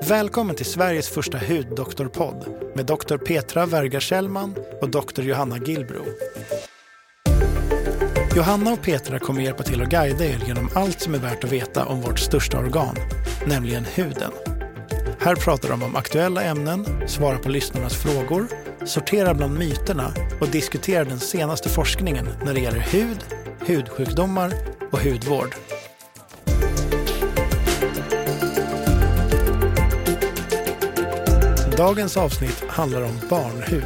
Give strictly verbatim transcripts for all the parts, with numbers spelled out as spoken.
Välkommen till Sveriges första huddoktorpodd med doktor Petra Verga-Kjellman och doktor Johanna Gillbro. Johanna och Petra kommer hjälpa till att guida er genom allt som är värt att veta om vårt största organ, nämligen huden. Här pratar de om aktuella ämnen, svarar på lyssnarnas frågor, sorterar bland myterna och diskuterar den senaste forskningen när det gäller hud, hudsjukdomar och hudvård. Dagens avsnitt handlar om barnhud.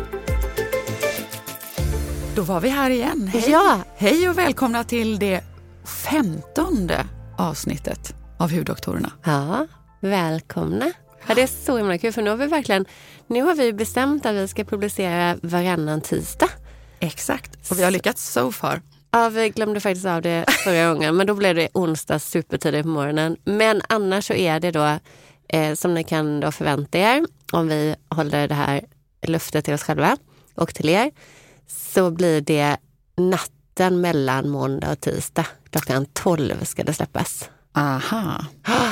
Då var vi här igen. Hej. Ja. Hej och välkomna till det femtonde avsnittet av Huddoktorerna. Ja, välkomna. Ja, det är så himla kul för nu har vi verkligen, nu har vi bestämt att vi ska publicera varannan tisdag. Exakt, och vi har lyckats so far. Ja, vi glömde faktiskt av det förra gången, men då blev det onsdag supertidigt på morgonen. Men annars så är det då, eh, som ni kan då förvänta er, om vi håller det här luftet till oss själva och till er, så blir det natten mellan måndag och tisdag. Klockan tolv ska det släppas. Aha,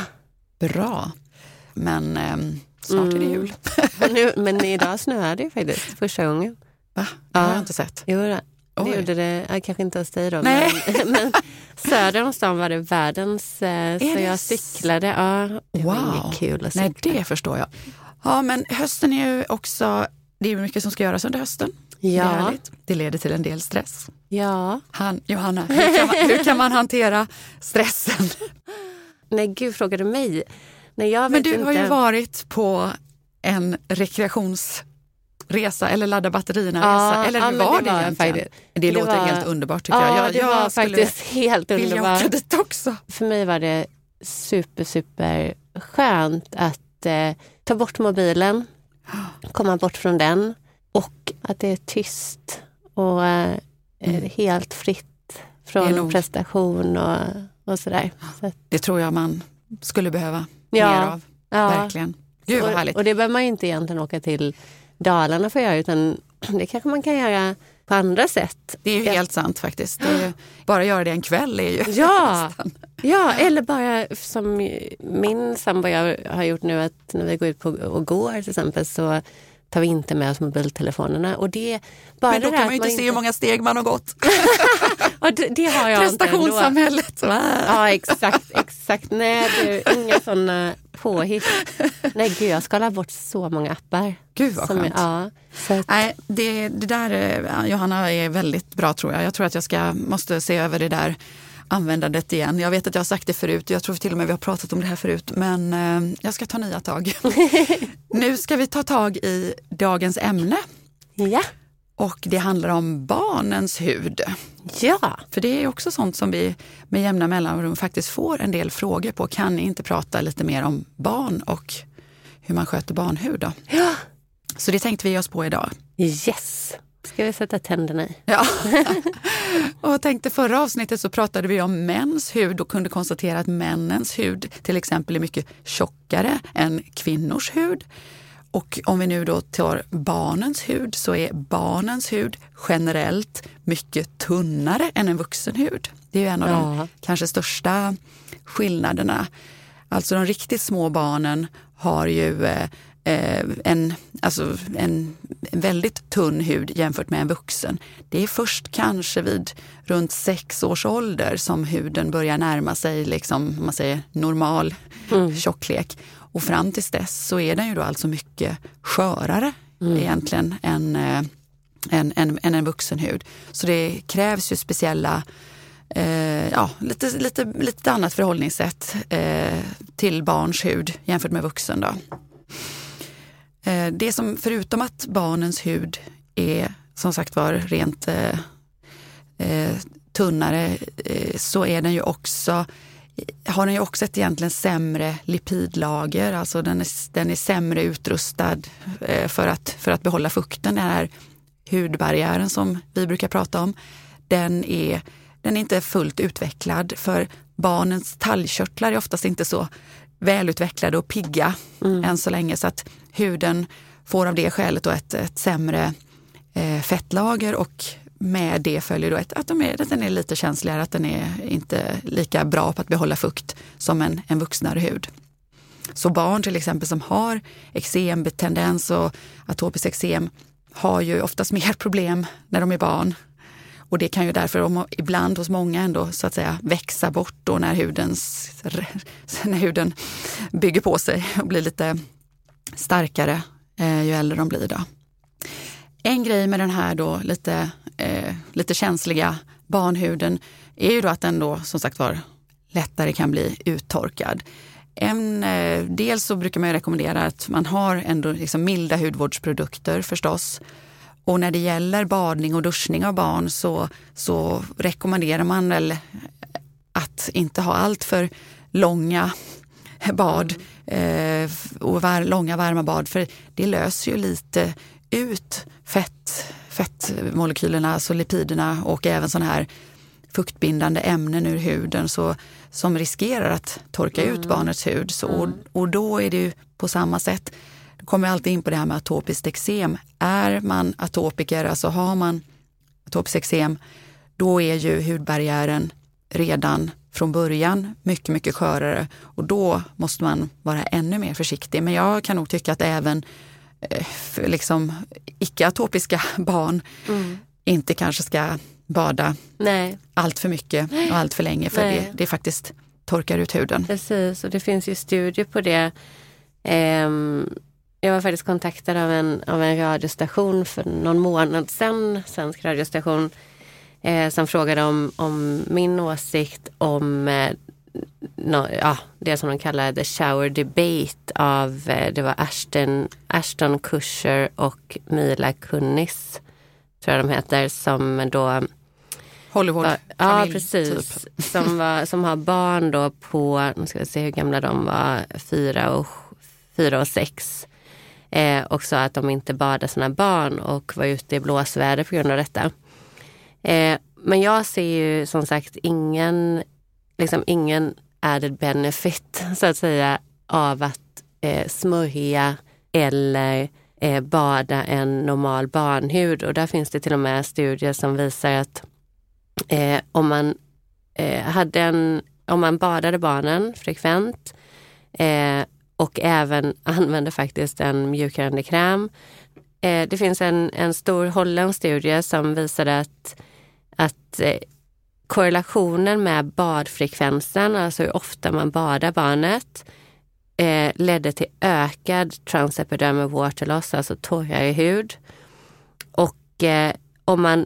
bra. Men eh, snart mm. är det jul. men, nu, men idag snöar det faktiskt första gången. Va? Det har jag inte sett. Jo, det, det gjorde det. Jag kanske inte hos dig då. Nej. Men, men söder om stan var det världens... Eh, så jag cyklade. Ja, det wow. var kul att cykla. Nej, det förstår jag. Ja, men hösten är ju också... Det är mycket som ska göras under hösten. Ja. Det, det leder till en del stress. Ja. Han, Johanna, hur kan, man, hur kan man hantera stressen? Nej, gud, frågar du mig? Nej, jag vet Men du inte. har ju varit på en rekreationsresa eller ladda batterierna-resa. Ja, eller hur ja, var det det var egentligen? faktiskt. Det, det låter var, helt underbart tycker ja, jag. Jag, det jag var faktiskt helt underbart. Vill jag åka dit också? För mig var det super, super skönt att eh, ta bort mobilen, komma bort från den och att det är tyst och eh, mm. helt fritt från nog... prestation och, och sådär. Så att... Det tror jag man skulle behöva ja. mer av. Ja. Verkligen. Gud vad härligt. Och, och det behöver man ju inte egentligen åka till Dalarna för att göra, utan det kanske man kan göra på andra sätt. Det är ju helt sant faktiskt. Det är, bara göra det en kväll är ju ja. ja, eller bara som min sambo jag har gjort nu, att när vi går ut på och går till exempel så tar vi inte med oss mobiltelefonerna. Och det, bara men då det kan man ju inte se inte... hur många steg man har gått. ja, det, det har jag Prestationssamhället. Ja, exakt, exakt. Nej, det är inga sådana påhitt. Nej, gud, jag skalar bort så många appar. Gud vad skönt. Ja, så att... Nej, det, det där, Johanna, är väldigt bra tror jag. Jag tror att jag ska, måste se över det där användandet igen. Jag vet att jag har sagt det förut. Jag tror till och med vi har pratat om det här förut. Men eh, jag ska ta nya tag. Nu ska vi ta tag i dagens ämne. Ja. Och det handlar om barnens hud. Ja. För det är också sånt som vi med jämna mellanrum faktiskt får en del frågor på. Kan ni inte prata lite mer om barn och hur man sköter barnhud då? Ja. Så det tänkte vi oss på idag. Yes. Ska vi sätta tänderna i? Ja. Och tänkte förra avsnittet så pratade vi om mäns hud och kunde konstatera att männens hud till exempel är mycket tjockare än kvinnors hud. Och om vi nu då tar barnens hud så är barnens hud generellt mycket tunnare än en vuxen hud. Det är ju en av ja. de kanske största skillnaderna. Alltså de riktigt små barnen har ju eh, en, alltså en väldigt tunn hud jämfört med en vuxen. Det är först kanske vid runt sex års ålder som huden börjar närma sig liksom, man säger, normal mm. tjocklek. Och fram tills dess så är den ju då alltså mycket skörare mm. egentligen än, äh, än, än, än en vuxen hud. Så det krävs ju speciella, äh, ja, lite, lite, lite annat förhållningssätt äh, till barns hud jämfört med vuxen då. Äh, det som förutom att barnens hud är som sagt var rent äh, äh, tunnare äh, så är den ju också har den ju också ett egentligen sämre lipidlager, alltså den är, den är sämre utrustad eh, för, att, för att behålla fukten. Den här hudbarriären som vi brukar prata om, den är, den är inte fullt utvecklad, för barnens talgkörtlar är oftast inte så välutvecklade och pigga mm. än så länge, så att huden får av det skälet då ett, ett sämre eh, fettlager, och med det följer då ett, att, de är, att den är lite känsligare, att den är inte lika bra på att behålla fukt som en, en vuxnare hud. Så barn till exempel som har eksembetendens och atopiskt eksem har ju oftast mer problem när de är barn. Och det kan ju därför om, ibland hos många ändå så att säga växa bort då när, hudens, när huden bygger på sig och blir lite starkare eh, ju äldre de blir då. En grej med den här då lite, eh, lite känsliga barnhuden är ju då att den då som sagt var lättare kan bli uttorkad. En, eh, dels så brukar man ju rekommendera att man har ändå liksom milda hudvårdsprodukter förstås. Och när det gäller badning och duschning av barn så, så rekommenderar man väl att inte ha allt för långa bad eh, och var, långa varma bad. För det löser ju lite ut fett, fettmolekylerna, alltså lipiderna och även sådana här fuktbindande ämnen ur huden så, som riskerar att torka mm. ut barnets hud. Så, och, och då är det ju på samma sätt. Då kommer jag alltid in på det här med atopiskt eksem. Är man atopiker, alltså har man atopiskt eksem, då är ju hudbarriären redan från början mycket, mycket skörare. Och då måste man vara ännu mer försiktig. Men jag kan nog tycka att även eh, liksom icke-atopiska barn mm. inte kanske ska bada Nej. allt för mycket och allt för länge. För det, det faktiskt torkar ut huden. Precis, och det finns ju studier på det. Um... Jag var faktiskt kontaktad av en, av en radiostation för någon månad sedan, svensk radiostation, eh, som frågade om, om min åsikt om eh, no, ja, det som de kallar the shower debate av, eh, det var Ashton, Ashton Kutcher och Mila Kunis, tror jag de heter, som då Hollywood var, ja, precis, typ. som, var, som har barn då på, nu ska vi se hur gamla de var, fyra och, fyra och sex. Eh, och sa att de inte badade sina barn och var ute i blåsväder på grund av detta. Eh, men jag ser ju som sagt ingen, liksom ingen added benefit så att säga av att eh, smörja eller eh, bada en normal barnhud. Och där finns det till och med studier som visar att eh, om man eh, hade en, om man badade barnen frekvent eh, och även använder faktiskt en mjukgörande kräm. Eh, det finns en, en stor holländsk studie som visade att, att eh, korrelationen med badfrekvensen, alltså hur ofta man badar barnet, eh, ledde till ökad transepidermal water loss, alltså torrare hud. Och eh, om man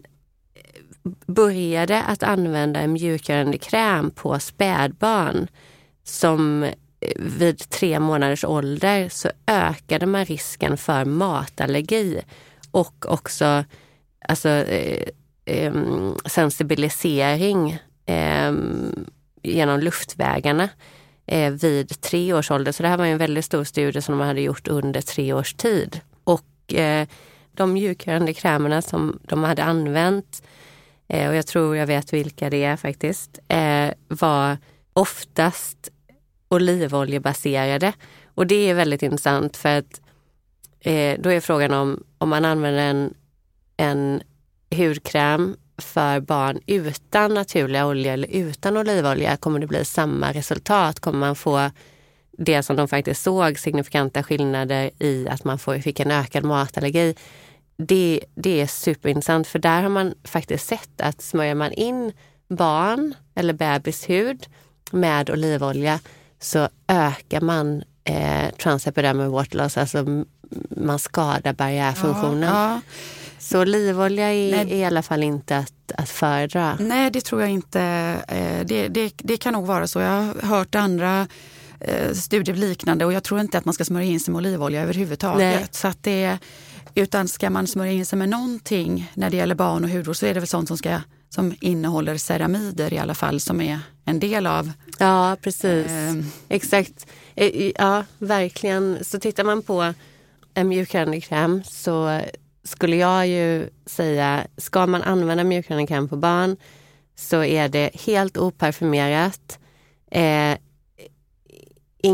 började att använda en mjukgörande kräm på spädbarn som vid tre månaders ålder, så ökade man risken för matallergi och också alltså, eh, eh, sensibilisering eh, genom luftvägarna eh, vid tre års ålder. Så det här var en väldigt stor studie som de hade gjort under tre års tid. Och eh, de mjukgörande krämerna som de hade använt, eh, och jag tror jag vet vilka det är faktiskt, eh, var oftast olivoljebaserade. Och det är väldigt intressant för att eh, då är frågan om om man använder en, en hudkräm för barn utan naturliga olja eller utan olivolja, kommer det bli samma resultat? Kommer man få det som de faktiskt såg, signifikanta skillnader i att man får, fick en ökad matallergi? Det, det är superintressant, för där har man faktiskt sett att smörjer man in barn eller bebishud med olivolja så ökar man eh, transepidermal water loss, alltså man skadar barriärfunktionen. Ja, ja. Så olivolja är, är i alla fall inte att, att föredra. Nej, det tror jag inte. Det, det, det kan nog vara så. Jag har hört andra studier liknande och jag tror inte att man ska smörja in sig med olivolja överhuvudtaget. Nej. Så att det, utan ska man smörja in sig med någonting när det gäller barn och hudvård så är det väl sånt som ska som innehåller ceramider i alla fall, som är en del av... Ja, precis. Eh, Exakt. Ja, verkligen. Så tittar man på en mjukgörande kräm så skulle jag ju säga, ska man använda mjukgörande kräm på barn så är det helt oparfumerat. Eh, in,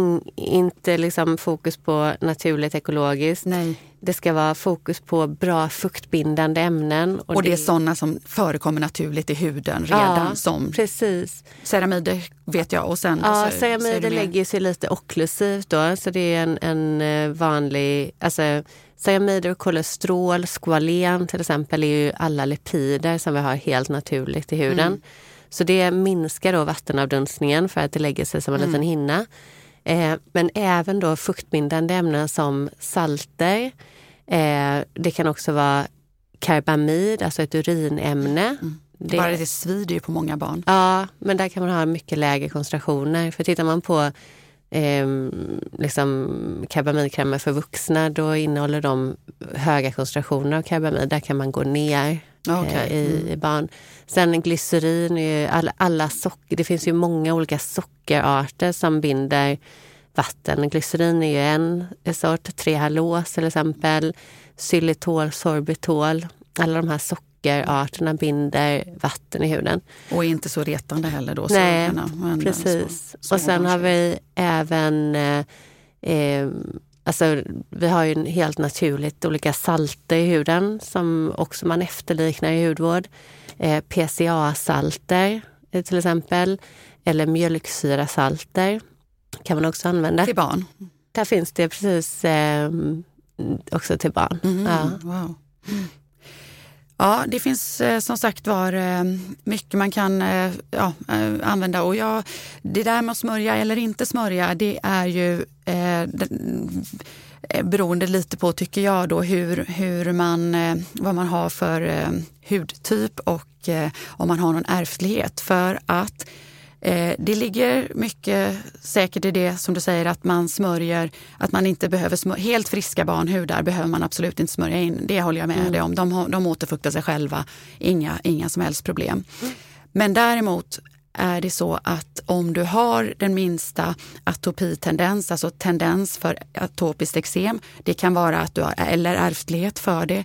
inte liksom fokus på naturligt ekologiskt. Nej. Det ska vara fokus på bra fuktbindande ämnen. Och, och det, det är sådana som förekommer naturligt i huden redan. Ja, som precis. Ceramider vet jag. Och sen, ja, alltså, ceramider lägger sig lite okklusivt då. Så det är en, en vanlig... Alltså, ceramider och kolesterol, squalen till exempel är ju alla lipider som vi har helt naturligt i huden. Mm. Så det minskar då vattenavdunstningen för att det lägger sig som en mm. liten hinna. Eh, men även då fuktbindande ämnen som salter. Eh, det kan också vara karbamid, alltså ett urinämne. Mm. Det, Bara det svider ju på många barn. Ja, men där kan man ha mycket lägre koncentrationer. För tittar man på eh, liksom karbamidkrämer för vuxna, då innehåller de höga koncentrationer av karbamid. Där kan man gå ner. Okay. I, i barn. Sen glycerin är ju alla, alla socker, det finns ju många olika sockerarter som binder vatten. Glycerin är ju en, en sort, trehalås till exempel, xylitol, sorbitol. Alla de här sockerarterna binder vatten i huden. Och inte så retande heller då. Nej, men precis. Så, så och sen har vi även eh, eh, Alltså, vi har ju helt naturligt olika salter i huden som också man efterliknar i hudvård. Eh, P C A-salter till exempel, eller mjölksyrasalter kan man också använda. Till barn? Där finns det precis eh, också till barn. Mm, ja. Wow. Mm. Ja, det finns eh, som sagt var eh, mycket man kan eh, ja, eh, använda. Och ja, det där med att smörja eller inte smörja, det är ju eh, den, eh, beroende lite på, tycker jag, då, hur, hur man, eh, vad man har för eh, hudtyp och eh, om man har någon ärftlighet. För att Eh, det ligger mycket säkert i det som du säger, att man smörjer, att man inte behöver smörja. Helt friska barnhudar behöver man absolut inte smörja in. Det håller jag med mm. dig om. De, de återfuktar sig själva. Inga, inga som helst problem. Mm. Men däremot är det så att om du har den minsta atopitendens, alltså tendens för atopiskt eksem, det kan vara att du har, eller ärftlighet för det,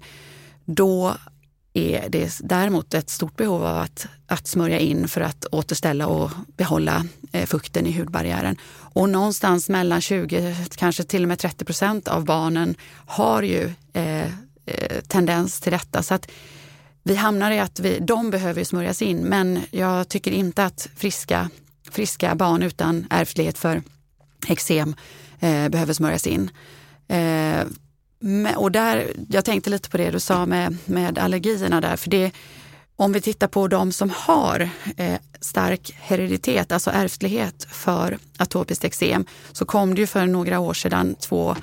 då är det däremot ett stort behov av att, att smörja in för att återställa och behålla eh, fukten i hudbarriären. Och någonstans mellan tjugo, kanske till och med trettio procent av barnen har ju eh, eh, tendens till detta. Så att vi hamnar i att vi, de behöver smörjas in, men jag tycker inte att friska, friska barn utan ärftlighet för eksem eh, behöver smörjas in. Eh, Och där, jag tänkte lite på det du sa med, med allergierna där. För det, om vi tittar på de som har eh, stark hereditet, alltså ärftlighet för atopiskt eksem, så kom det ju för några år sedan två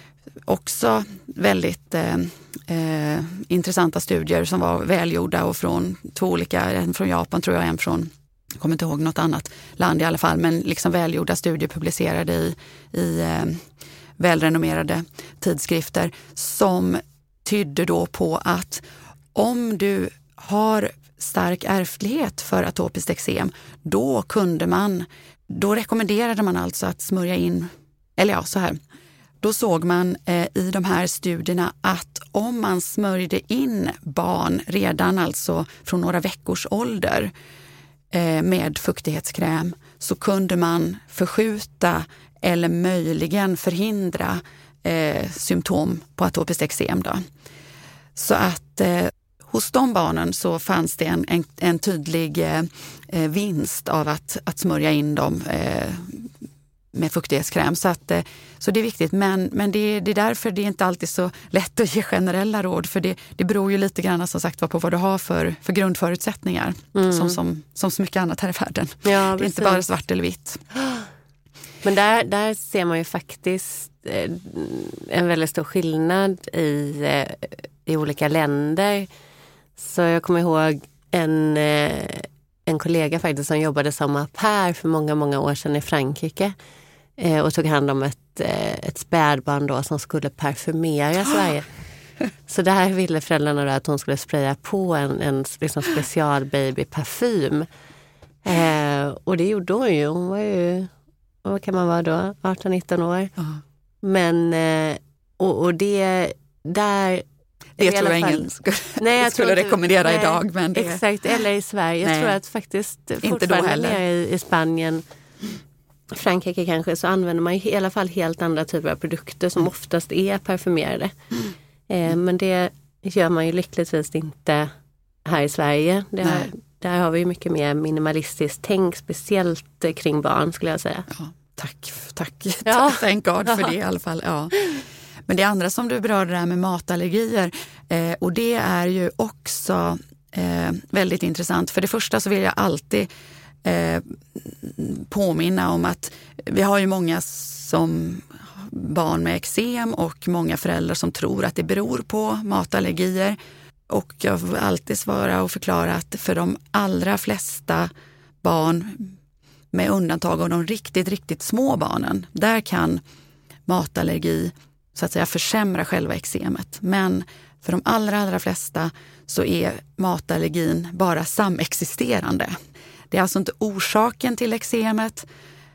också väldigt eh, eh, intressanta studier som var välgjorda och från två olika, en från Japan tror jag, en från, jag kommer inte ihåg något annat land i alla fall, men liksom välgjorda studier publicerade i, i eh, välrenommerade tidskrifter som tydde då på att om du har stark ärftlighet för atopiskt eksem, då kunde man, då rekommenderade man alltså att smörja in, eller ja så här, då såg man eh, i de här studierna att om man smörjde in barn redan alltså från några veckors ålder eh, med fuktighetskräm, så kunde man förskjuta eller möjligen förhindra eh, symptom på atopiskt eksem då. Så att eh, hos de barnen så fanns det en, en, en tydlig eh, vinst av att, att smörja in dem eh, med fuktighetskräm. Så, att, eh, så det är viktigt, men, men det, det är därför det är inte alltid så lätt att ge generella råd, för det, det beror ju lite grann som sagt på vad du har för, för grundförutsättningar, mm. som, som, som så mycket annat här i världen. Ja, det är inte bara svart eller vitt. Men där, där ser man ju faktiskt eh, en väldigt stor skillnad i, eh, i olika länder. Så jag kommer ihåg en, eh, en kollega faktiskt som jobbade som au pair för många, många år sedan i Frankrike. Eh, och tog hand om ett, eh, ett spädbarn då som skulle parfymera Sverige. Så där ville föräldrarna då att hon skulle spraya på en, en liksom special babyparfym. Eh, och det gjorde hon ju. Hon var ju... Vad kan man vara då? arton nitton år. Uh-huh. Men, och, och det där... Det tror jag ingen skulle, nej, jag skulle rekommendera nej, idag. Men det, exakt, eller i Sverige. Nej, jag tror att faktiskt fortfarande nere i, i Spanien Frankrike kanske, så använder man i alla fall helt andra typer av produkter som oftast är parfymerade. Mm. Eh, men det gör man ju lyckligtvis inte här i Sverige. Det har, där har vi ju mycket mer minimalistiskt tänk, speciellt kring barn skulle jag säga. Ja, tack, tack, ja. Thank God för det i alla fall. Ja. Men det andra som du berörde där med matallergier, eh, och det är ju också eh, väldigt intressant. För det första så vill jag alltid eh, påminna om att vi har ju många som barn med eksem och många föräldrar som tror att det beror på matallergier. Och jag får alltid svara och förklara att för de allra flesta barn, med undantag av de riktigt, riktigt små barnen, där kan matallergi så att säga försämra själva eksemet. Men för de allra, allra flesta så är matallergin bara samexisterande. Det är alltså inte orsaken till eksemet,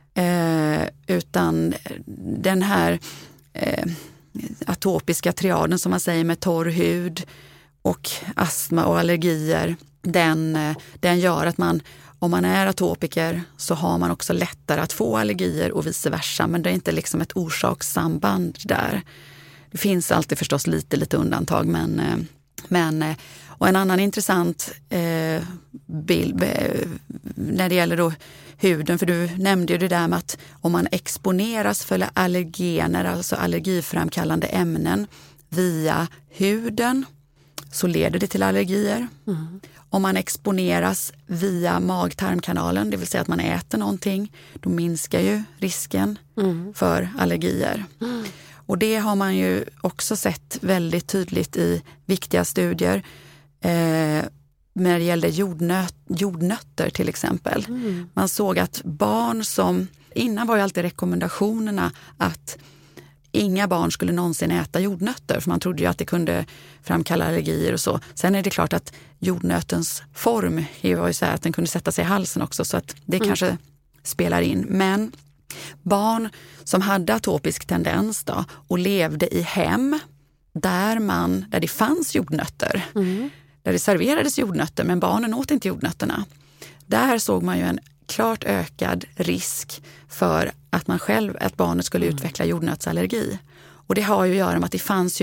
eh, utan den här eh, atopiska triaden som man säger med torr hud och astma och allergier, den, den gör att man, om man är atopiker så har man också lättare att få allergier och vice versa. Men det är inte liksom ett orsakssamband där. Det finns alltid förstås lite, lite undantag. Men, men, och en annan intressant eh, bild eh, när det gäller då huden, för du nämnde ju det där med att om man exponeras för allergener, alltså allergiframkallande ämnen via huden, så leder det till allergier. Mm. Om man exponeras via mag-tarmkanalen, det vill säga att man äter någonting, då minskar ju risken mm. för allergier. Mm. Och det har man ju också sett väldigt tydligt i viktiga studier eh, när det gällde jordnöt, jordnötter till exempel. Mm. Man såg att barn som, innan var ju alltid rekommendationerna att inga barn skulle någonsin äta jordnötter, för man trodde ju att det kunde framkalla allergier och så. Sen är det klart att jordnötens form var ju så här att den kunde sätta sig i halsen också, så att det mm. kanske spelar in. Men barn som hade atopisk tendens då, och levde i hem där, man, där det fanns jordnötter, mm. där det serverades jordnötter men barnen åt inte jordnötterna. Där såg man ju en klart ökad risk för att man själv, att barnet skulle mm. utveckla jordnötsallergi. Och det har ju att göra med att det fanns ju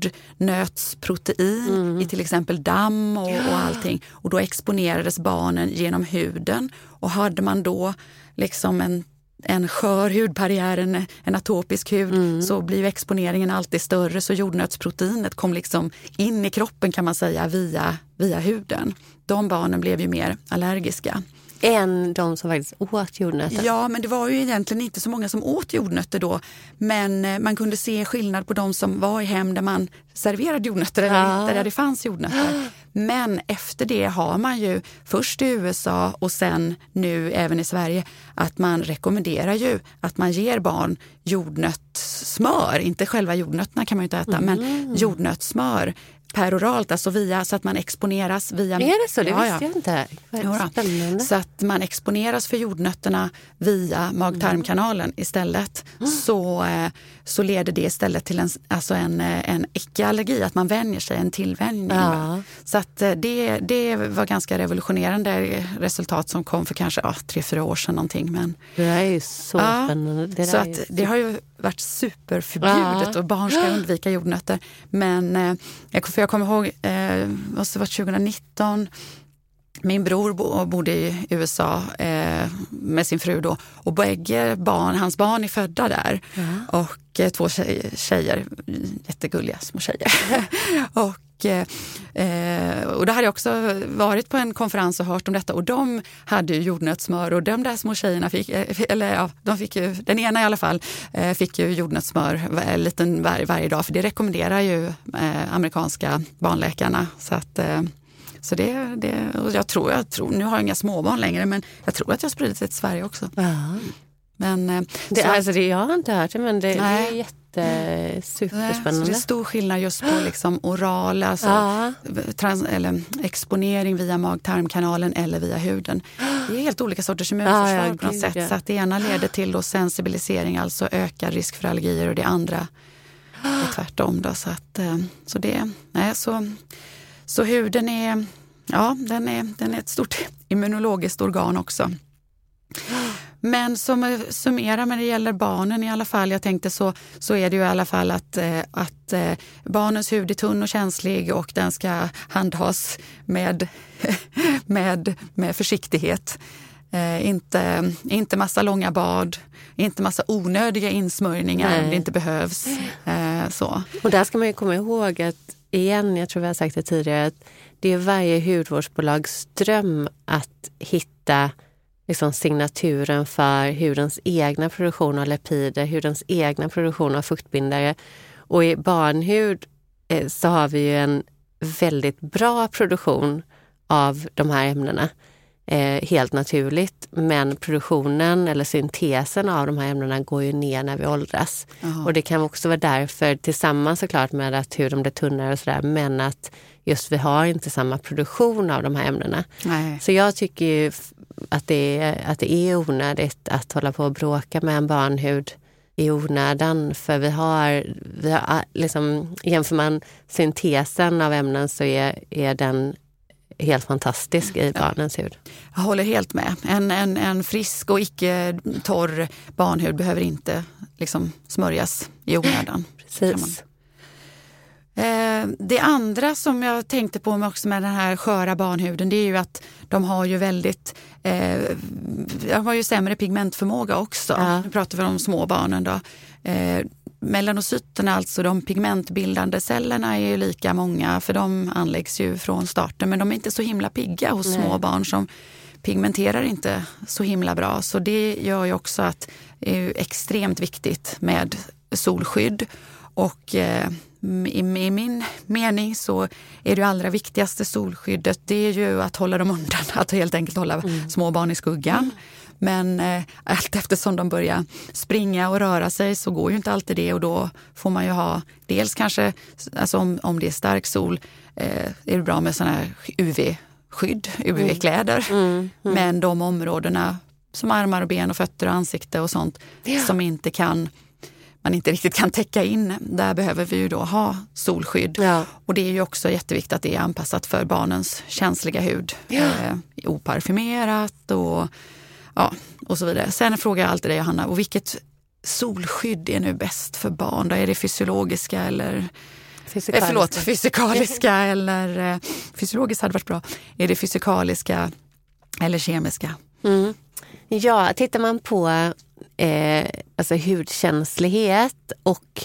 jordnötsprotein mm. i till exempel damm och, och allting. Och då exponerades barnen genom huden. Och hade man då liksom en, en skör hudbarriär, en, en atopisk hud, mm. så blir exponeringen alltid större. Så jordnötsproteinet kom liksom in i kroppen kan man säga via, via huden. De barnen blev ju mer allergiska. Än de som faktiskt åt jordnötter. Ja, men det var ju egentligen inte så många som åt jordnötter då. Men man kunde se skillnad på de som var i hem där man serverade jordnötter eller ja. inte, där det fanns jordnötter. Men efter det har man ju först i U S A och sen nu även i Sverige att man rekommenderar ju att man ger barn jordnötssmör. Inte själva jordnötterna kan man ju inte äta, mm. men jordnötssmör peroralt, alltså via, så att man exponeras via... Är det så? Det ja, visste ja. jag inte. Ja, spännande. Så att man exponeras för jordnötterna via mag-tarmkanalen istället. Mm. Så, så leder det istället till en, alltså en, en icke-allergi, att man vänjer sig, en tillvänjning. Ja. Så att det, det var ganska revolutionerande resultat som kom för kanske ja, tre, fyra år sedan någonting. Men, det är ju så ja, spännande. Det så är att ju... det har ju varit superförbjudet ja. och barn ska undvika jordnötter. Men eh, för jag kommer ihåg, eh, det var tjugonitton, min bror bodde i U S A eh, med sin fru då, och bägge barn, hans barn är födda där ja. och eh, två tjejer, tjejer, jättegulliga små tjejer. och Eh, och då hade jag också varit på en konferens och hört om detta, och de hade ju jordnötssmör, och de där små tjejerna fick, eller ja, de fick ju, den ena i alla fall eh, fick ju jordnötssmör en liten var, varje dag, för det rekommenderar ju eh, amerikanska barnläkarna. Så att eh, så det, det och jag tror, jag tror, nu har jag inga småbarn längre, men jag tror att jag spridit det till Sverige också. Ja. Men, det, så, alltså det, jag har inte hört det, men det, det är jätte superspännande. Så det är stor skillnad just på liksom oral, alltså ja. trans, eller exponering via mag-tarmkanalen eller via huden. Det är helt olika sorters immunförsvar ja, ja, på något sätt. Ja. Så att det ena leder till då sensibilisering, alltså ökad risk för allergier, och det andra är tvärtom. Då, så, att, så, det, nej, så, så huden är, ja, den är, den är ett stort immunologiskt organ också. Men som summerar när det gäller barnen i alla fall, jag tänkte så, så är det ju i alla fall att, att barnens hud är tunn och känslig och den ska handhas med, med, med försiktighet. Eh, inte, inte massa långa bad, inte massa onödiga insmörjningar Nej. om det inte behövs. Eh, så. Och där ska man ju komma ihåg att, igen, jag tror vi har sagt det tidigare, att det är varje hudvårdsbolags dröm att hitta liksom signaturen för hudens egna produktion av lipider, hudens egna produktion av fuktbindare. Och i barnhud eh, så har vi ju en väldigt bra produktion av de här ämnena. Eh, helt naturligt, men produktionen eller syntesen av de här ämnena går ju ner när vi åldras. Aha. Och det kan också vara därför, tillsammans såklart med att huden blir tunnare och sådär, men att just vi har inte samma produktion av de här ämnena. Nej. Så jag tycker ju att det, är, att det är onödigt att hålla på och bråka med en barnhud i onödan, för vi har, vi har liksom, jämför man syntesen av ämnen så är, är den helt fantastisk i barnens hud. Jag håller helt med. En, en, en frisk och icke torr barnhud behöver inte liksom smörjas i onödan. Precis. Eh, det andra som jag tänkte på med, också med den här sköra barnhuden, det är ju att de har ju väldigt eh, de har ju sämre pigmentförmåga också. Ja. Nu pratar vi om små barnen då. Eh, melanocyterna, alltså de pigmentbildande cellerna, är ju lika många, för de anläggs ju från starten, men de är inte så himla pigga hos Nej. små barn som pigmenterar inte så himla bra. Så det gör ju också att det är extremt viktigt med solskydd. Och eh, i, i min mening så är det allra viktigaste solskyddet, det är ju att hålla dem undan, att helt enkelt hålla mm. små barn i skuggan. Mm. Men eh, allt eftersom de börjar springa och röra sig så går ju inte alltid det, och då får man ju ha dels kanske, alltså om, om det är stark sol, eh, är det bra med sådana här U V-skydd, U V-kläder. Mm. Mm. Mm. Men de områdena som armar och ben och fötter och ansikte och sånt ja. som inte kan, man inte riktigt kan täcka in, där behöver vi ju då ha solskydd. Ja. Och det är ju också jätteviktigt att det är anpassat för barnens känsliga hud. Ja. Eh, oparfymerat och Ja, och så vidare. Sen frågar jag alltid dig, Johanna, och vilket solskydd är nu bäst för barn? Då är det fysiologiska eller fysikaliska, eh, förlåt, fysikaliska eller eh, fysiologiskt hade varit bra. Är det fysikaliska eller kemiska? Mm. Ja, tittar man på eh, alltså hudkänslighet och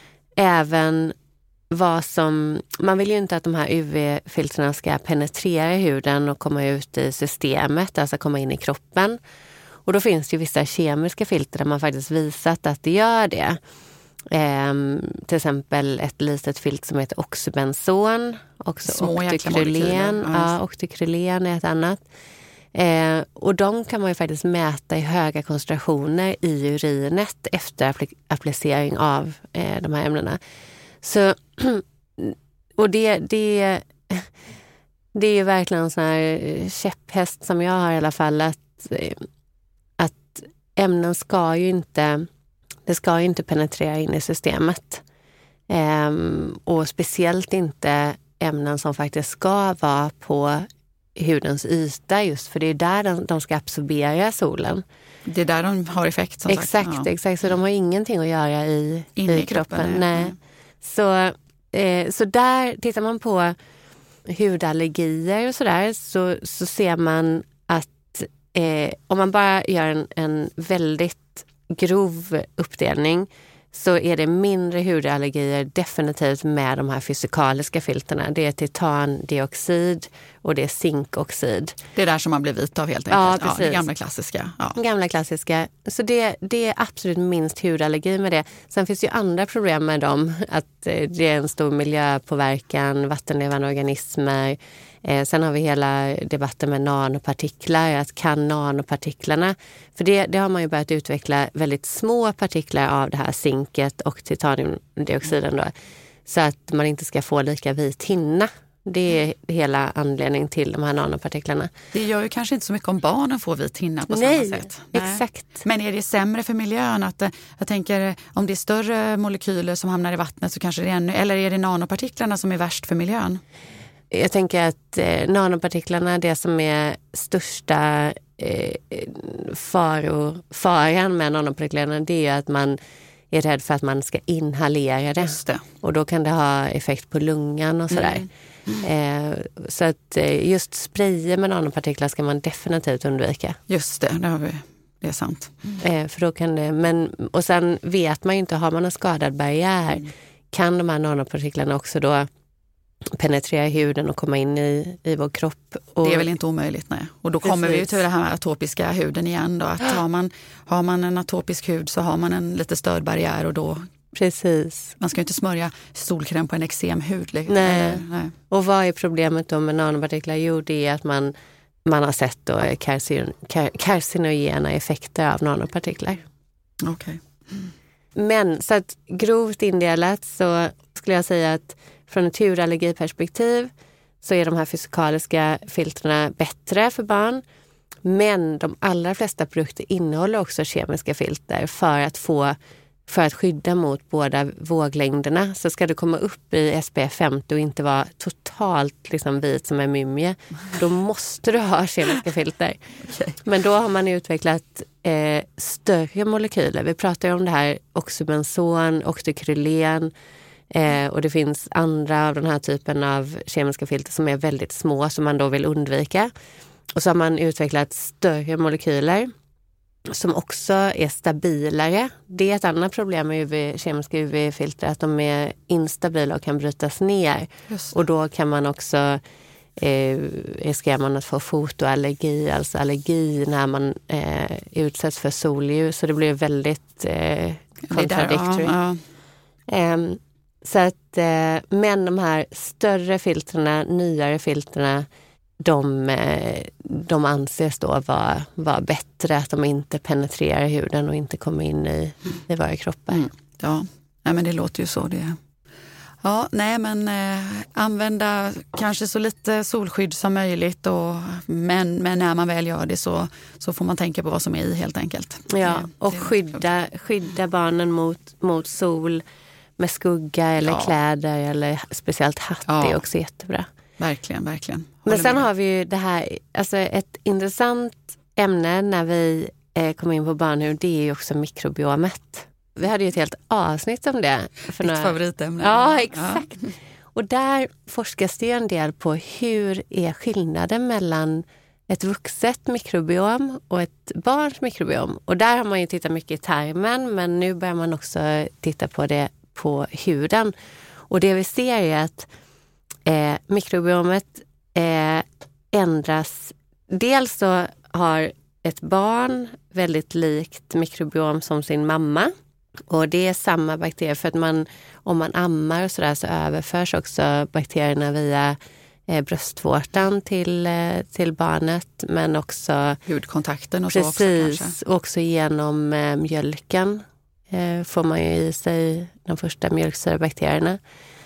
även vad som, man vill ju inte att de här U V-filtrerna ska penetrera huden och komma ut i systemet, alltså komma in i kroppen. Och då finns det ju vissa kemiska filter där man faktiskt visat att det gör det. Ehm, till exempel ett litet filter som heter oxybenzon, också octycrylen. Ja, octycrylen är ett annat. Ehm, och de kan man ju faktiskt mäta i höga koncentrationer i urinet efter appli- applicering av eh, de här ämnena. Så, och det, det, det är verkligen en sån här käpphäst som jag har i alla fall, att, att ämnen ska ju inte, det ska ju inte penetrera in i systemet. Ehm, och speciellt inte ämnen som faktiskt ska vara på hudens yta, just för det är där de, de ska absorbera solen. Det är där de har effekt, som exakt, sagt. Ja. Exakt, så de har ingenting att göra i, in i, i kroppen. kroppen. Nej. Mm. Så, eh, så där tittar man på hudallergier och sådär, så, så ser man att eh, om man bara gör en, en väldigt grov uppdelning, så är det mindre hudallergier definitivt med de här fysikaliska filterna. Det är titandioxid och det är zinkoxid. Det är där som man blir vit av helt enkelt. Ja, precis. Ja, det gamla klassiska. Ja. Gamla klassiska. Så det, det är absolut minst hudallergi med det. Sen finns det ju andra problem med dem. Att det är en stor miljöpåverkan, vattenlevande organismer. Eh, sen har vi hela debatten med nanopartiklar. Att kan nanopartiklarna, för det, det har man ju börjat utveckla väldigt små partiklar av det här zinket och titaniumdioxiden då. Så att man inte ska få lika vit hinna. Det är hela anledningen till de här nanopartiklarna. Det gör ju kanske inte så mycket om barnen får vit hinna på Nej, samma sätt. Nej, exakt. Men är det sämre för miljön? Att, jag tänker, om det är större molekyler som hamnar i vattnet så kanske det är ännu, eller är det nanopartiklarna som är värst för miljön? Jag tänker att eh, nanopartiklarna, det som är största eh, faro, faran med nanopartiklarna, det är att man är rädd för att man ska inhalera det. Just det. Och då kan det ha effekt på lungan och sådär. Mm. Mm. Eh, så att eh, just sprayer med nanopartiklar ska man definitivt undvika. Just det, det, har vi, det är sant. Mm. Eh, för då kan det, men, och sen vet man ju inte, har man en skadad barriär, mm. kan de här nanopartiklarna också då penetrera huden och komma in i, i vår kropp. Och, det är väl inte omöjligt, nej. Och då kommer precis. vi till det här atopiska huden igen då. Att har man, har man en atopisk hud så har man en lite störd barriär och då... Precis. Man ska ju inte smörja solkräm på en eksemhud. Nej. Eller, nej. Och vad är problemet då med nanopartiklar? Jo, det är att man, man har sett då karcin, kar, carcinogena effekter av nanopartiklar. Okej. Okay. Mm. Men så att grovt indelat så skulle jag säga att från ett hudallergiperspektiv så är de här fysikaliska filtrerna bättre för barn. Men de allra flesta produkter innehåller också kemiska filter för att få för att skydda mot båda våglängderna. Så ska du komma upp i S P F femtio och inte vara totalt liksom vit som en mumie, då måste du ha kemiska filter. Okay. Men då har man utvecklat eh, större molekyler. Vi pratar ju om det här oxybenzon, octykrylen, Eh, och det finns andra av den här typen av kemiska filter som är väldigt små som man då vill undvika. Och så har man utvecklat större molekyler som också är stabilare. Det är ett annat problem med U V, kemiska U V-filter, att de är instabila och kan brytas ner. Och då kan man också eh, riskerar man att få fotoallergi, alltså allergi när man eh, utsätts för solljus. Så det blir väldigt eh, contradictory. Ja, ja. Um, Så att, eh, men de här större filtrerna, nyare filtrerna, de, eh, de anses då vara, vara bättre, att de inte penetrerar huden och inte kommer in i, i våra kroppar. Mm. Ja, nej, men det låter ju så det. Ja, nej men eh, använda kanske så lite solskydd som möjligt, och, men, men när man väl gör det så, så får man tänka på vad som är i helt enkelt. Ja, och det, skydda, skydda barnen mot, mot sol med skugga eller ja. kläder eller speciellt hatt, ja. är också jättebra. Verkligen, verkligen. Håller Men sen med. har vi ju det här, alltså ett intressant ämne när vi eh, kommer in på barnhud, det är ju också mikrobiomet. Vi hade ju ett helt avsnitt om det. För några... favoritämne. Ja, exakt. Ja. Och där forskas det en del på hur är skillnaden mellan ett vuxet mikrobiom och ett barns mikrobiom. Och där har man ju tittat mycket i termen, men nu börjar man också titta på det på huden. Och det vi ser är att eh, mikrobiomet eh, ändras. Dels så har ett barn väldigt likt mikrobiom som sin mamma. Och det är samma bakterier, för att man, om man ammar och sådär så överförs också bakterierna via eh, bröstvårtan till, eh, till barnet, men också hudkontakten och precis, så också kanske. Också genom eh, mjölken eh, får man ju i sig de första mjölksyrabakterierna.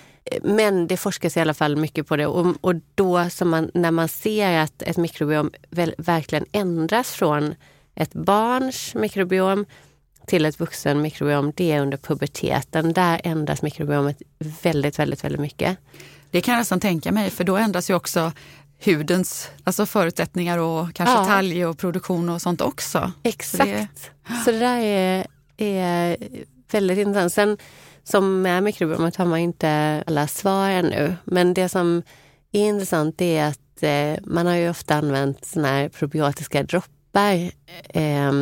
Men det forskas i alla fall mycket på det, och, och då som man, när man ser att ett mikrobiom väl, verkligen ändras från ett barns mikrobiom till ett vuxen mikrobiom, det är under puberteten. Där ändras mikrobiomet väldigt, väldigt, väldigt mycket. Det kan jag nästan tänka mig, för då ändras ju också hudens alltså förutsättningar och kanske ja. talg och produktion och sånt också. Exakt. Så det, Så det där är, är väldigt intressant. Sen som med mikrobiomet har man inte alla svar ännu. Men det som är intressant är att eh, man har ju ofta använt såna här probiotiska droppar. Eh,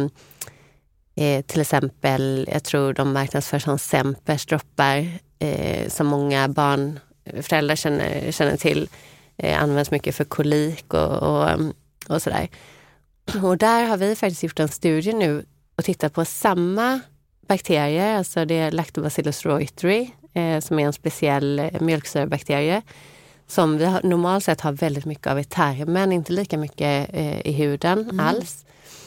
eh, till exempel, jag tror de marknadsförs som Sempers droppar eh, som många barn, föräldrar känner, känner till. Eh, används mycket för kolik och, och, och sådär. Och där har vi faktiskt gjort en studie nu och tittat på samma bakterier, alltså det är Lactobacillus reuteri eh, som är en speciell eh, mjölksyrabakterie som vi har, normalt sett har väldigt mycket av i tarmen, inte lika mycket eh, i huden mm. alls.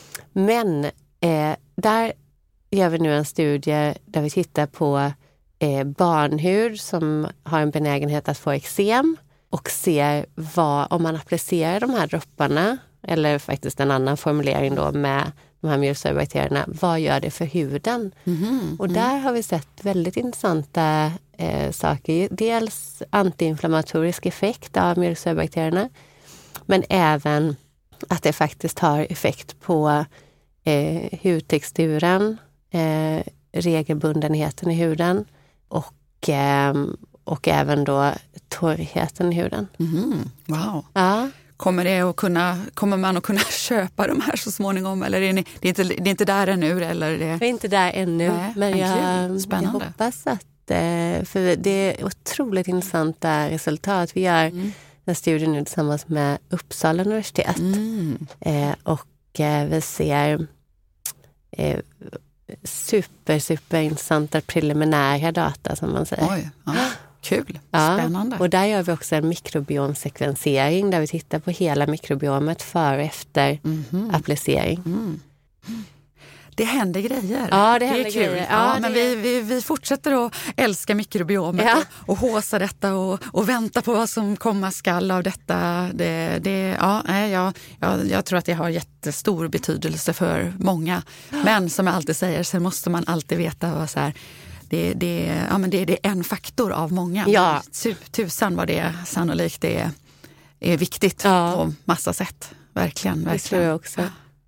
Men eh, där gör vi nu en studie där vi tittar på eh, barnhud som har en benägenhet att få eksem och ser vad, om man applicerar de här dropparna, eller faktiskt en annan formulering då med de här mjölksyrabakterierna, vad gör det för huden? Mm-hmm. Och där har vi sett väldigt intressanta eh, saker. Dels antiinflammatorisk effekt av mjölksyrabakterierna, men även att det faktiskt har effekt på eh, hudtexturen, eh, regelbundenheten i huden och, eh, och även då torrheten i huden. Mm, wow. Ja. Kommer, det att kunna, kommer man att kunna köpa de här så småningom? Eller är ni, det, är inte, det är inte där ännu? Eller det... Jag är inte där ännu, Nej, men jag, jag hoppas att... För det är otroligt intressanta resultat. Vi gör mm. en studie nu tillsammans med Uppsala universitet. Mm. Eh, och eh, vi ser eh, super, super intressanta preliminära data som man säger. Oj, ja. Kul, spännande. Ja, och där gör vi också en mikrobiomsekvensering där vi tittar på hela mikrobiomet före och efter mm-hmm. applicering. Mm. Det händer grejer. Ja, det händer det är kul. grejer. Ja, ja, men det... vi, vi, vi fortsätter att älska mikrobiomet ja. och, och håsa detta och, och vänta på vad som komma skall av detta. Det, det, ja, jag, jag, jag tror att det har jättestor betydelse för många. Men som jag alltid säger så måste man alltid veta vad så här, det, det, ja, men det, det är en faktor av många. Ja. Tusan vad det sannolikt är, är viktigt ja. på massa sätt. Verkligen, verkligen. Det tror jag också.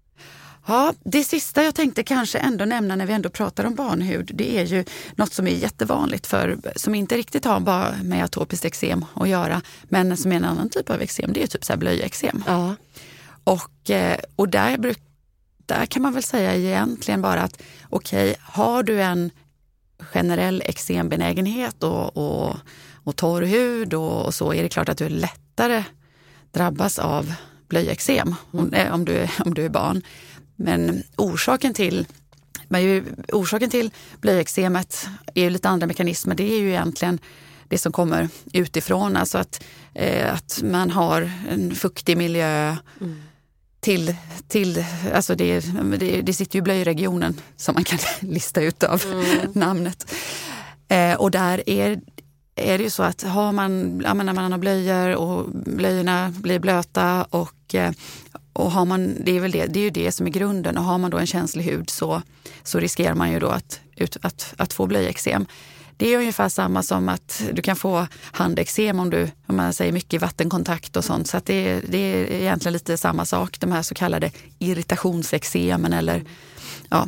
Ja, det sista jag tänkte kanske ändå nämna när vi ändå pratar om barnhud, det är ju något som är jättevanligt för, som inte riktigt har bara med atopiskt eksem att göra, men som är en annan typ av eksem, det är typ så här blöjeksem. Ja. Och, och där, bruk, där kan man väl säga egentligen bara att okej, okay, har du en generell eksembenägenhet och, och, och torr hud och, och så är det klart att du lättare drabbas av blöjeksem om, om, du, om du är barn. Men orsaken till, men ju, orsaken till blöjeksemet är ju lite andra mekanismer. Det är ju egentligen det som kommer utifrån. Alltså att, eh, att man har en fuktig miljö mm. till, till alltså det, det, det sitter ju i blöjregionen som man kan lista ut av mm. namnet. Eh, och där är är det ju så att har man, ja, när man har blöjor och blöjorna blir blöta och Och har man, det är väl det, det är ju det som är grunden. Och har man då en känslig hud så, så riskerar man ju då att, att, att få blöjeksem. Det är ungefär samma som att du kan få handeksem om du, om man säger mycket vattenkontakt och sånt. Så att det, det är egentligen lite samma sak. De här så kallade irritationseksemen eller ja.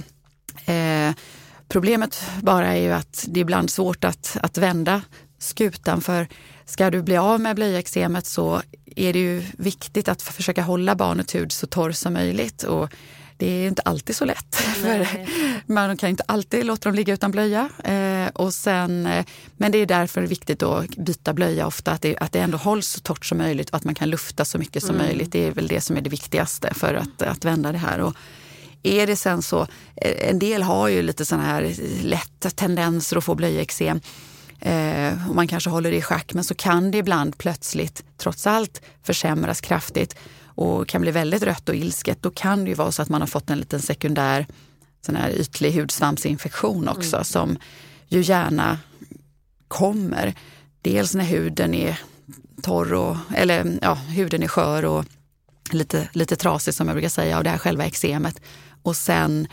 Eh, problemet bara är ju att det är ibland svårt att, att vända skutan, för ska du bli av med blöjeksemet så är det ju viktigt att försöka hålla barnets hud så torr som möjligt, och det är inte alltid så lätt. För man kan inte alltid låta dem ligga utan blöja. Eh, och sen, eh, men det är därför viktigt att byta blöja ofta, att det, att det ändå hålls så torrt som möjligt och att man kan lufta så mycket som mm. möjligt. Det är väl det som är det viktigaste för att, att vända det här. Och är det sen så, en del har ju lite sån här lätta tendenser att få blöjeksem. Eh, och man kanske håller det i schack, men så kan det ibland plötsligt trots allt försämras kraftigt och kan bli väldigt rött och ilsket. Då kan det ju vara så att man har fått en liten sekundär sån här ytlig hudsvampsinfektion också mm. som ju gärna kommer. Dels när huden är torr och, eller ja, huden är skör och lite, lite trasig som jag brukar säga, av det här själva eksemet. Och sen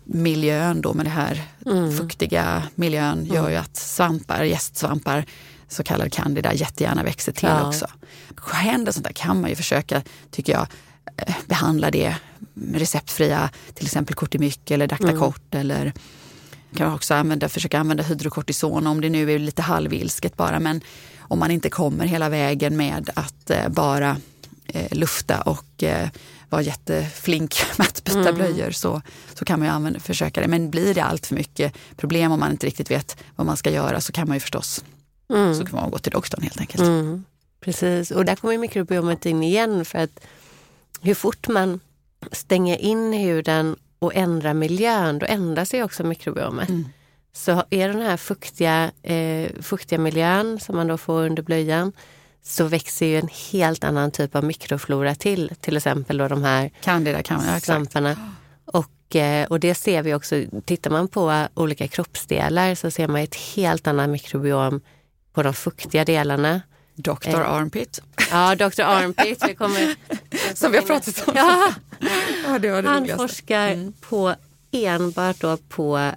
miljön då med det här mm. fuktiga miljön gör ju att svampar, gästsvampar, så kallade candida, jättegärna växer till ja. också. Händer sånt där kan man ju försöka, tycker jag, behandla det receptfria, till exempel Cortimyc eller Dactacort mm. eller kan man också använda, försöka använda hydrokortison om det nu är lite halvilsket bara, men om man inte kommer hela vägen med att eh, bara eh, lufta och eh, vara jätteflink med att byta mm. blöjor så, så kan man ju använda, försöka det. Men blir det allt för mycket problem om man inte riktigt vet vad man ska göra, så kan man ju förstås mm. så kan man gå till doktorn helt enkelt. Mm. Precis, och där kommer mikrobiomet in igen, för att hur fort man stänger in huden och ändrar miljön, då ändrar sig också mikrobiomet. Mm. Så är den här fuktiga, eh, fuktiga miljön som man då får under blöjan, så växer ju en helt annan typ av mikroflora till. Till exempel då de här Candida, kan man, svamparna. Och, eh, och det ser vi också, tittar man på olika kroppsdelar så ser man ett helt annat mikrobiom på de fuktiga delarna. doktor Eh, Armpit. Ja, doktor Armpit. Vi kommer, som vi har pratat om. Ja. Ja, det var det Han roligaste. forskar mm. på enbart då på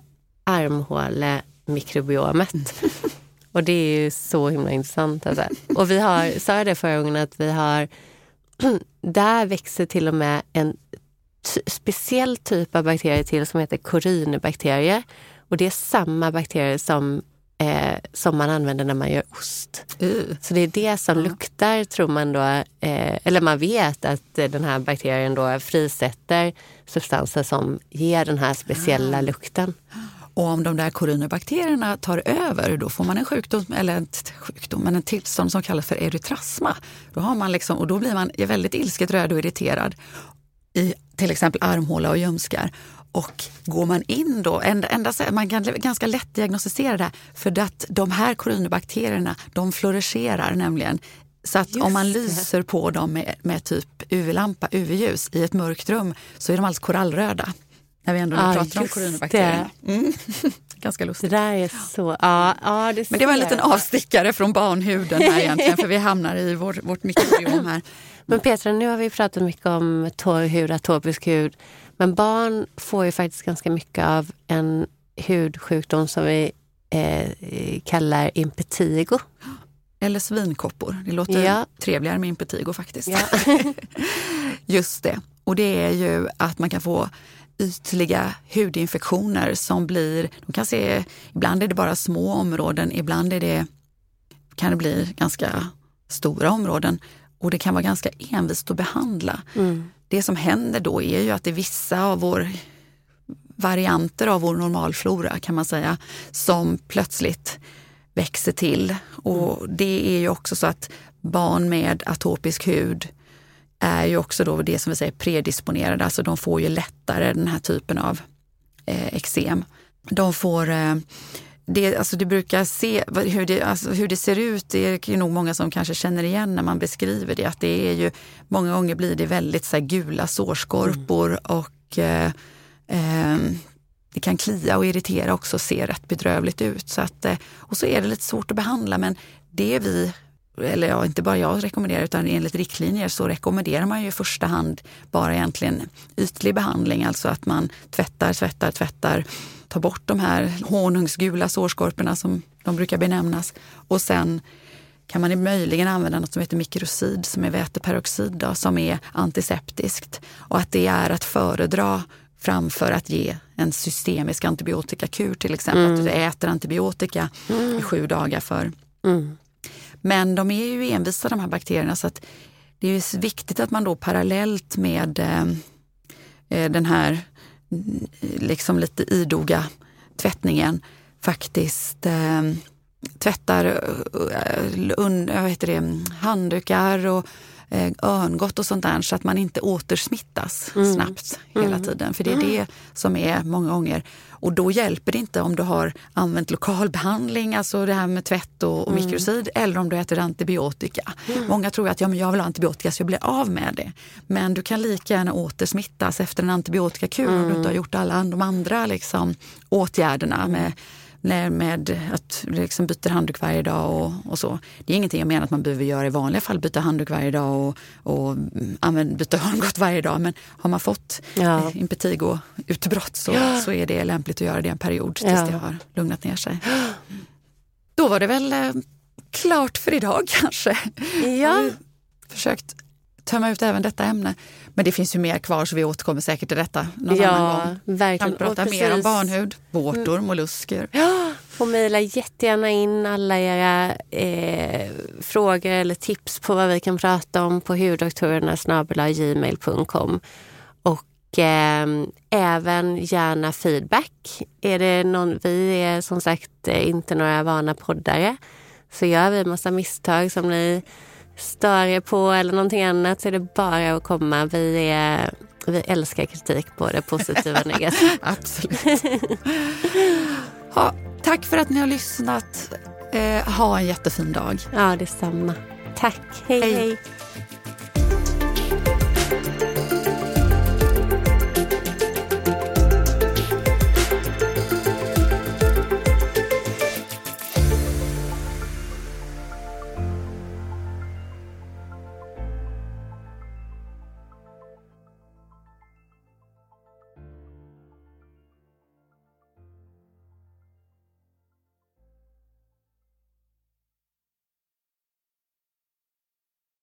armhålemikrobiomet. Mm. Och det är ju så himla intressant. Alltså. Och vi har, sa jag det förra gången, att vi har där växer till och med en t- speciell typ av bakterier till som heter korinebakterier. Och det är samma bakterier som, eh, som man använder när man gör ost. Uh. Så det är det som Ja. luktar, tror man då, eh, eller man vet att eh, den här bakterien då frisätter substanser som ger den här speciella lukten. Och om de där korinebakterierna tar över, då får man en sjukdom, eller en sjukdom, men en tillstånd som kallas för erytrasma. Då har man liksom, och då blir man väldigt ilsket röd och irriterad i till exempel armhåla och ljumskar. Och går man in då, ända, ända, man kan ganska lätt diagnostisera det här, för att de här korinebakterierna, de fluorescerar nämligen. Så att Just om man det. lyser på dem med, med typ U V-lampa, U V-ljus i ett mörkt rum, så är de alltså korallröda. När vi ändå nu Ah, pratar om just korinebakterierna. Mm. Ganska Det lustigt. där är så... Ja, ja, det Men det var en ser liten jag. avstickare från barnhuden här egentligen, för vi hamnar i vår, vårt mikrobiom här. Men Petra, nu har vi pratat mycket om torr hud, atopisk hud. Men barn får ju faktiskt ganska mycket av en hudsjukdom som vi eh, kallar impetigo. Eller svinkoppor. Det låter Ja. trevligare med impetigo faktiskt. Ja. Just det. Och det är ju att man kan få ytliga hudinfektioner som blir, de kan se, ibland är det bara små områden, ibland är det, kan det bli ganska stora områden, och det kan vara ganska envist att behandla. Mm. Det som händer då är ju att det är vissa av vår varianter av vår normalflora, kan man säga, som plötsligt växer till. Och det är ju också så att barn med atopisk hud är ju också då det som vi säger predisponerade, alltså de får ju lättare den här typen av eh, eksem. De får, eh, det, alltså det brukar se, hur det, alltså hur det ser ut, det är nog många som kanske känner igen när man beskriver det, att det är ju, många gånger blir det väldigt så här gula sårskorpor mm. och eh, eh, det kan klia och irritera också, se rätt bedrövligt ut. Så att, och så är det lite svårt att behandla, men det vi, eller ja, inte bara jag rekommenderar, utan enligt riktlinjer så rekommenderar man ju i första hand bara egentligen ytlig behandling, alltså att man tvättar, tvättar, tvättar, tar bort de här honungsgula sårskorporna som de brukar benämnas, och sen kan man möjligen använda något som heter mikrosid, som är väteperoxid då, som är antiseptiskt, och att det är att föredra framför att ge en systemisk antibiotikakur till exempel, mm. att du äter antibiotika mm. i sju dagar för. Mm. Men de är ju envisa, de här bakterierna, så att det är viktigt att man då parallellt med eh, den här liksom lite idoga tvättningen faktiskt eh, tvättar uh, un, vad heter det, handdukar och örngott och sånt där, så att man inte återsmittas mm. snabbt hela mm. tiden. För det är det som är många gånger. Och då hjälper det inte om du har använt lokalbehandling, alltså det här med tvätt och, och mm. mikrosid, eller om du äter antibiotika. Mm. Många tror att ja, men jag vill ha antibiotika så jag blir av med det. Men du kan lika gärna återsmittas efter en antibiotikakur mm. om du inte har gjort alla de andra liksom, åtgärderna med med att liksom byta handduk varje dag och, och så. Det är ingenting jag menar att man behöver göra i vanliga fall, byta handduk varje dag och, och använda, byta örngott varje dag. Men har man fått ja. impetigo-utbrott så, ja. så är det lämpligt att göra det en period tills ja. det har lugnat ner sig. Då var det väl eh, klart för idag kanske. Ja. Försökt tömma ut även detta ämne. Men det finns ju mer kvar, så vi återkommer säkert till detta någon ja, annan gång. Verkligen. Kan prata mer om barnhud, vårtor, mm. mollusker. Ja, och mejla jättegärna in alla era eh, frågor eller tips på vad vi kan prata om på huddoktorerna snabel-a gmail punkt com. Och eh, även gärna feedback. Är det någon, vi är som sagt inte några vana poddare, så gör vi massa misstag som ni stör er på eller någonting annat, så är det bara att komma. Vi, är, vi älskar kritik, både positiv och negativ. Absolut. Ha, tack för att ni har lyssnat. Eh, ha en jättefin dag. Ja, detsamma. Tack. Hej, hej. hej.